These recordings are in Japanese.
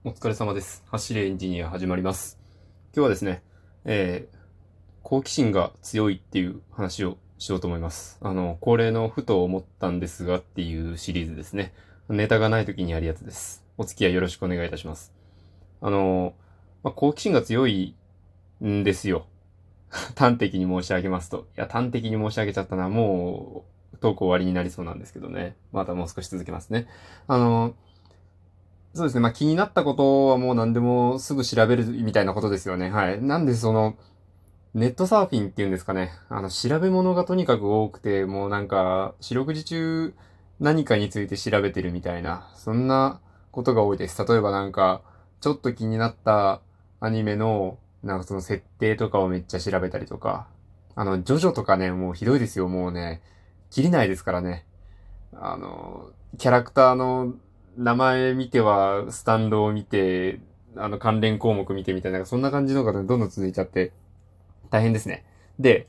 お疲れ様です。走れエンジニア始まります。今日はですね、好奇心が強いっていう話をしようと思います。恒例のふと思ったんですがっていうシリーズですね。ネタがない時にやるやつです。お付き合いよろしくお願いいたします。好奇心が強いんですよ。端的に申し上げますと。いや、端的に申し上げちゃったな。もう、トーク終わりになりそうなんですけどね。またもう少し続けますね。あのそうですね。気になったことはもう何でもすぐ調べるみたいなことですよね。はい。なんでネットサーフィンっていうんですかね。調べ物がとにかく多くて、もうなんか、四六時中何かについて調べてるみたいな、そんなことが多いです。例えばなんか、ちょっと気になったアニメの、なんかその設定とかをめっちゃ調べたりとか、ジョジョとかね、もうひどいですよ。もうね、切りないですからね。キャラクターの名前見ては、スタンドを見て、関連項目見てみたいな、そんな感じのがね、どんどん続いちゃって、大変ですね。で、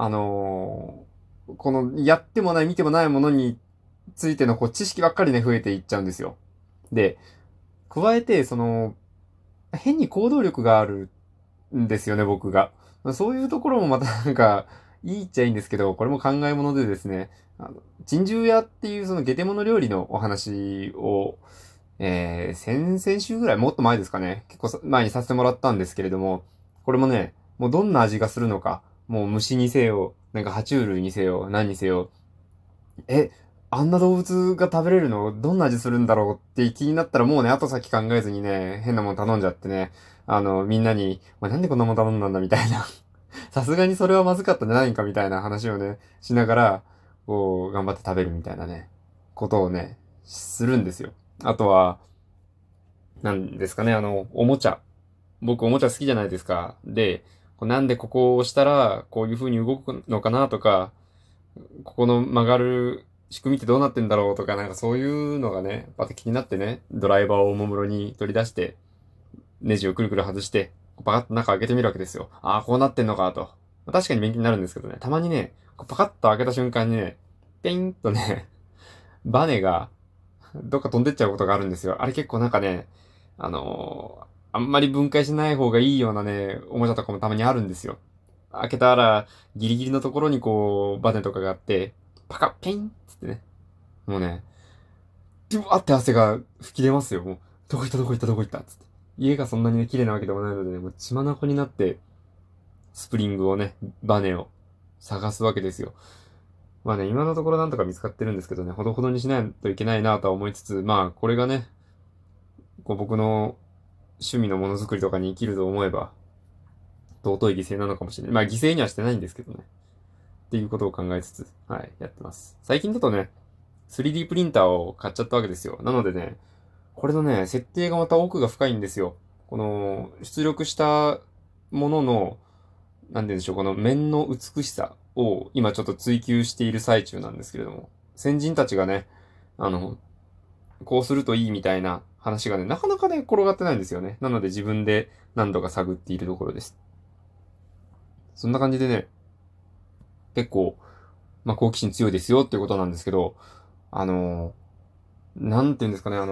この、やってもない、見てもないものについての、知識ばっかりね、増えていっちゃうんですよ。で、加えて、変に行動力があるんですよね、僕が。そういうところもまたなんか、いいっちゃいいんですけど、これも考え物でですね、珍獣屋っていうそのゲテモノ料理のお話を、先々週ぐらい、もっと前ですかね。結構前にさせてもらったんですけれども、これもね、もうどんな味がするのか、もう虫にせよ、なんか爬虫類にせよ、何にせよ、え、あんな動物が食べれるのどんな味するんだろうって気になったらもうね、後先考えずにね、変なもん頼んじゃってね、みんなに、お前なんでこんなもん頼んだんだみたいな。さすがにそれはまずかったんじゃないかみたいな話をね、しながら、こう、頑張って食べるみたいなね、ことをね、するんですよ。あとは、なんですかね、おもちゃ。僕おもちゃ好きじゃないですか。で、なんでここを押したら、こういう風に動くのかなとか、ここの曲がる仕組みってどうなってんだろうとか、なんかそういうのがね、また気になってね、ドライバーをおもむろに取り出して、ネジをくるくる外して、パカッと中開けてみるわけですよ。ああ、こうなってんのかと。確かに勉強になるんですけどね、たまにね、パカッと開けた瞬間にね、ペインとね、バネがどっか飛んでっちゃうことがあるんですよ。あれ結構なんかね、あんまり分解しない方がいいようなね、おもちゃとかもたまにあるんですよ。開けたら、ギリギリのところにこう、バネとかがあって、パカッ、ペインっつってね。もうね、ドゥワーって汗が吹き出ますよ。もう、どこ行ったどこ行ったどこ行ったっつって。家がそんなにね、綺麗なわけでもないのでね、もう血眼になって、スプリングをね、バネを探すわけですよ。まあね、今のところなんとか見つかってるんですけどね、ほどほどにしないといけないなとは思いつつ、まあ、これがね、こう僕の趣味のものづくりとかに生きると思えば、尊い犠牲なのかもしれない。まあ、犠牲にはしてないんですけどね。っていうことを考えつつ、はい、やってます。最近だとね、3D プリンターを買っちゃったわけですよ。なのでね、これのね、設定がまた奥が深いんですよ。この、出力したものの、なんて言うんでしょう、この面の美しさを今ちょっと追求している最中なんですけれども、先人たちがね、あの、こうするといいみたいな話がね、なかなかね、転がってないんですよね。なので自分で何度か探っているところです。そんな感じでね、結構、好奇心強いですよっていうことなんですけど、あの、なんて言うんですかね、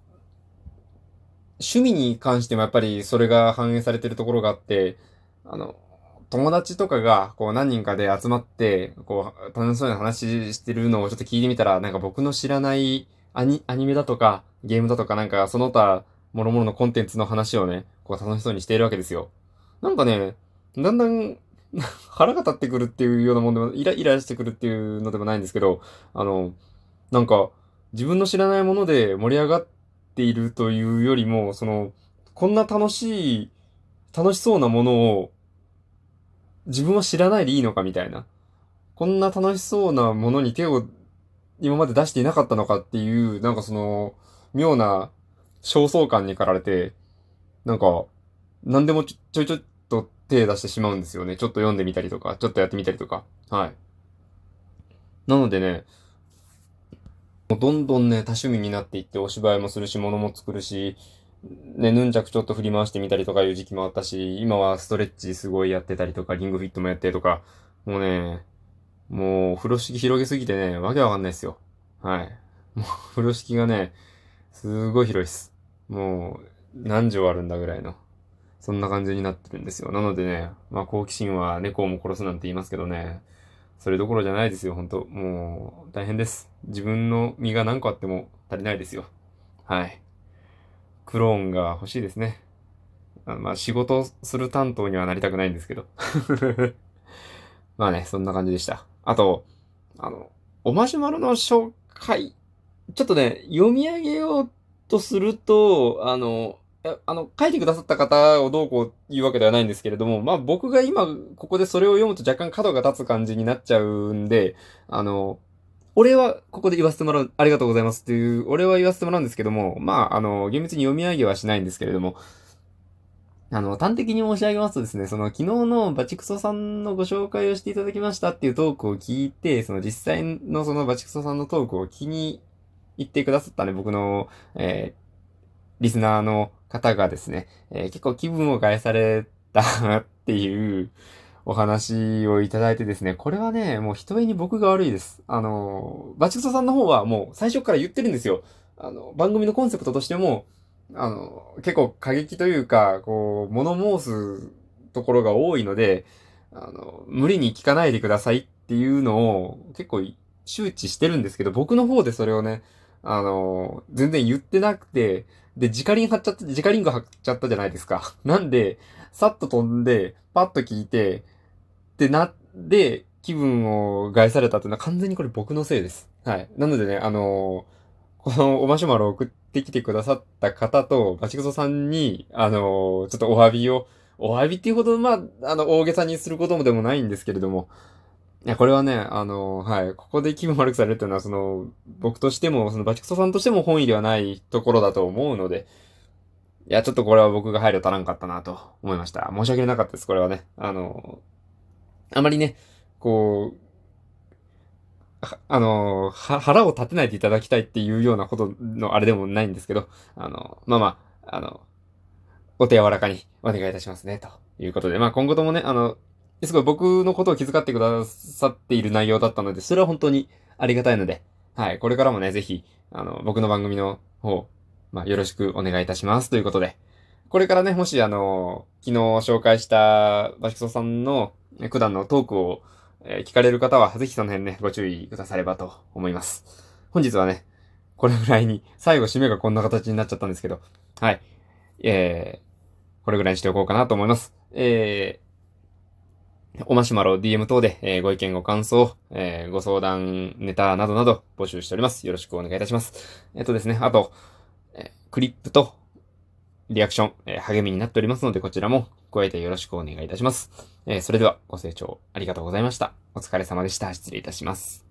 趣味に関してもやっぱりそれが反映されてるところがあって、あの、友達とかが、こう何人かで集まって、こう、楽しそうな話してるのをちょっと聞いてみたら、なんか僕の知らないアニメだとか、ゲームだとか、なんかその他、諸々のコンテンツの話をね、こう楽しそうにしているわけですよ。なんかね、だんだん腹が立ってくるっていうようなもんでも、イライラしてくるっていうのでもないんですけど、あの、なんか、自分の知らないもので盛り上がっているというよりも、こんな楽しそうなものを自分は知らないでいいのかみたいな。こんな楽しそうなものに手を今まで出していなかったのかっていう、なんか妙な焦燥感に駆られて、なんか、何でもちょっと手出してしまうんですよね。ちょっと読んでみたりとか、ちょっとやってみたりとか。はい。なのでね、もうどんどんね、多趣味になっていって、お芝居もするし、物も作るし、ね、ヌンチャクちょっと振り回してみたりとかいう時期もあったし、今はストレッチすごいやってたりとか、リングフィットもやってとか、もうね、もう風呂敷広げすぎてね、わけわかんないですよ。はい。もう風呂敷がね、すごい広いです。もう、 何条あるんだぐらいの、そんな感じになってるんですよ。なのでね、まあ好奇心は猫をも殺すなんて言いますけどね、それどころじゃないですよ、ほんと。もう、大変です。自分の身が何個あっても足りないですよ。はい。クローンが欲しいですね。まあ仕事する担当にはなりたくないんですけど。まあね、そんな感じでした。あと、あの、おマシュマロの紹介、ちょっとね、読み上げようとすると、書いてくださった方をどうこう言うわけではないんですけれども、まあ僕が今、ここでそれを読むと若干角が立つ感じになっちゃうんで、あの、俺はここで言わせてもらう、ありがとうございますっていう、俺は言わせてもらうんですけども、まあ、厳密に読み上げはしないんですけれども、端的に申し上げますとですね、その昨日のバチクソさんのご紹介をしていただきましたっていうトークを聞いて、その実際のそのバチクソさんのトークを気に入ってくださったね、僕の、リスナーの方がですね、結構気分を害されたっていうお話をいただいてですね、これはね、もう一重に僕が悪いです。バチクソさんの方はもう最初から言ってるんですよ。番組のコンセプトとしても、結構過激というか、こう、物申すところが多いので、無理に聞かないでくださいっていうのを結構周知してるんですけど、僕の方でそれをね、全然言ってなくて、で、直リング貼っちゃったじゃないですか。なんで、さっと飛んで、パッと聞いて、で、気分を害されたっていうのは完全にこれ僕のせいです。はい。なのでね、このおマシュマロを送ってきてくださった方と、バチクソさんに、ちょっとお詫びっていうほど、まあ、大げさにすることもでもないんですけれども、いや、これはね、はい、ここで気分悪くされるっていうのは、僕としても、そのバチクソさんとしても本意ではないところだと思うので、いや、ちょっとこれは僕が配慮足らんかったなと思いました。申し訳なかったです、これはね。あまりね、こう、腹を立てないでいただきたいっていうようなことのあれでもないんですけど、まあまあ、お手柔らかにお願いいたしますね、ということで、まあ今後ともね、すごい僕のことを気遣ってくださっている内容だったので、それは本当にありがたいので、はい、これからもね、ぜひ、僕の番組の方、まあよろしくお願いいたしますということで、これからね、もし昨日紹介したバシクソさんの九段のトークを、聞かれる方は、ぜひその辺ね、ご注意くださればと思います。本日はね、これぐらいに、最後締めがこんな形になっちゃったんですけど、はい。これぐらいにしておこうかなと思います。おマシュマロ、DM 等で、ご意見ご感想、ご相談、ネタなどなど募集しております。よろしくお願いいたします。ですね、あと、クリップとリアクション、励みになっておりますので、こちらもご愛戴よろしくお願いいたします。それではご清聴ありがとうございました。お疲れ様でした。失礼いたします。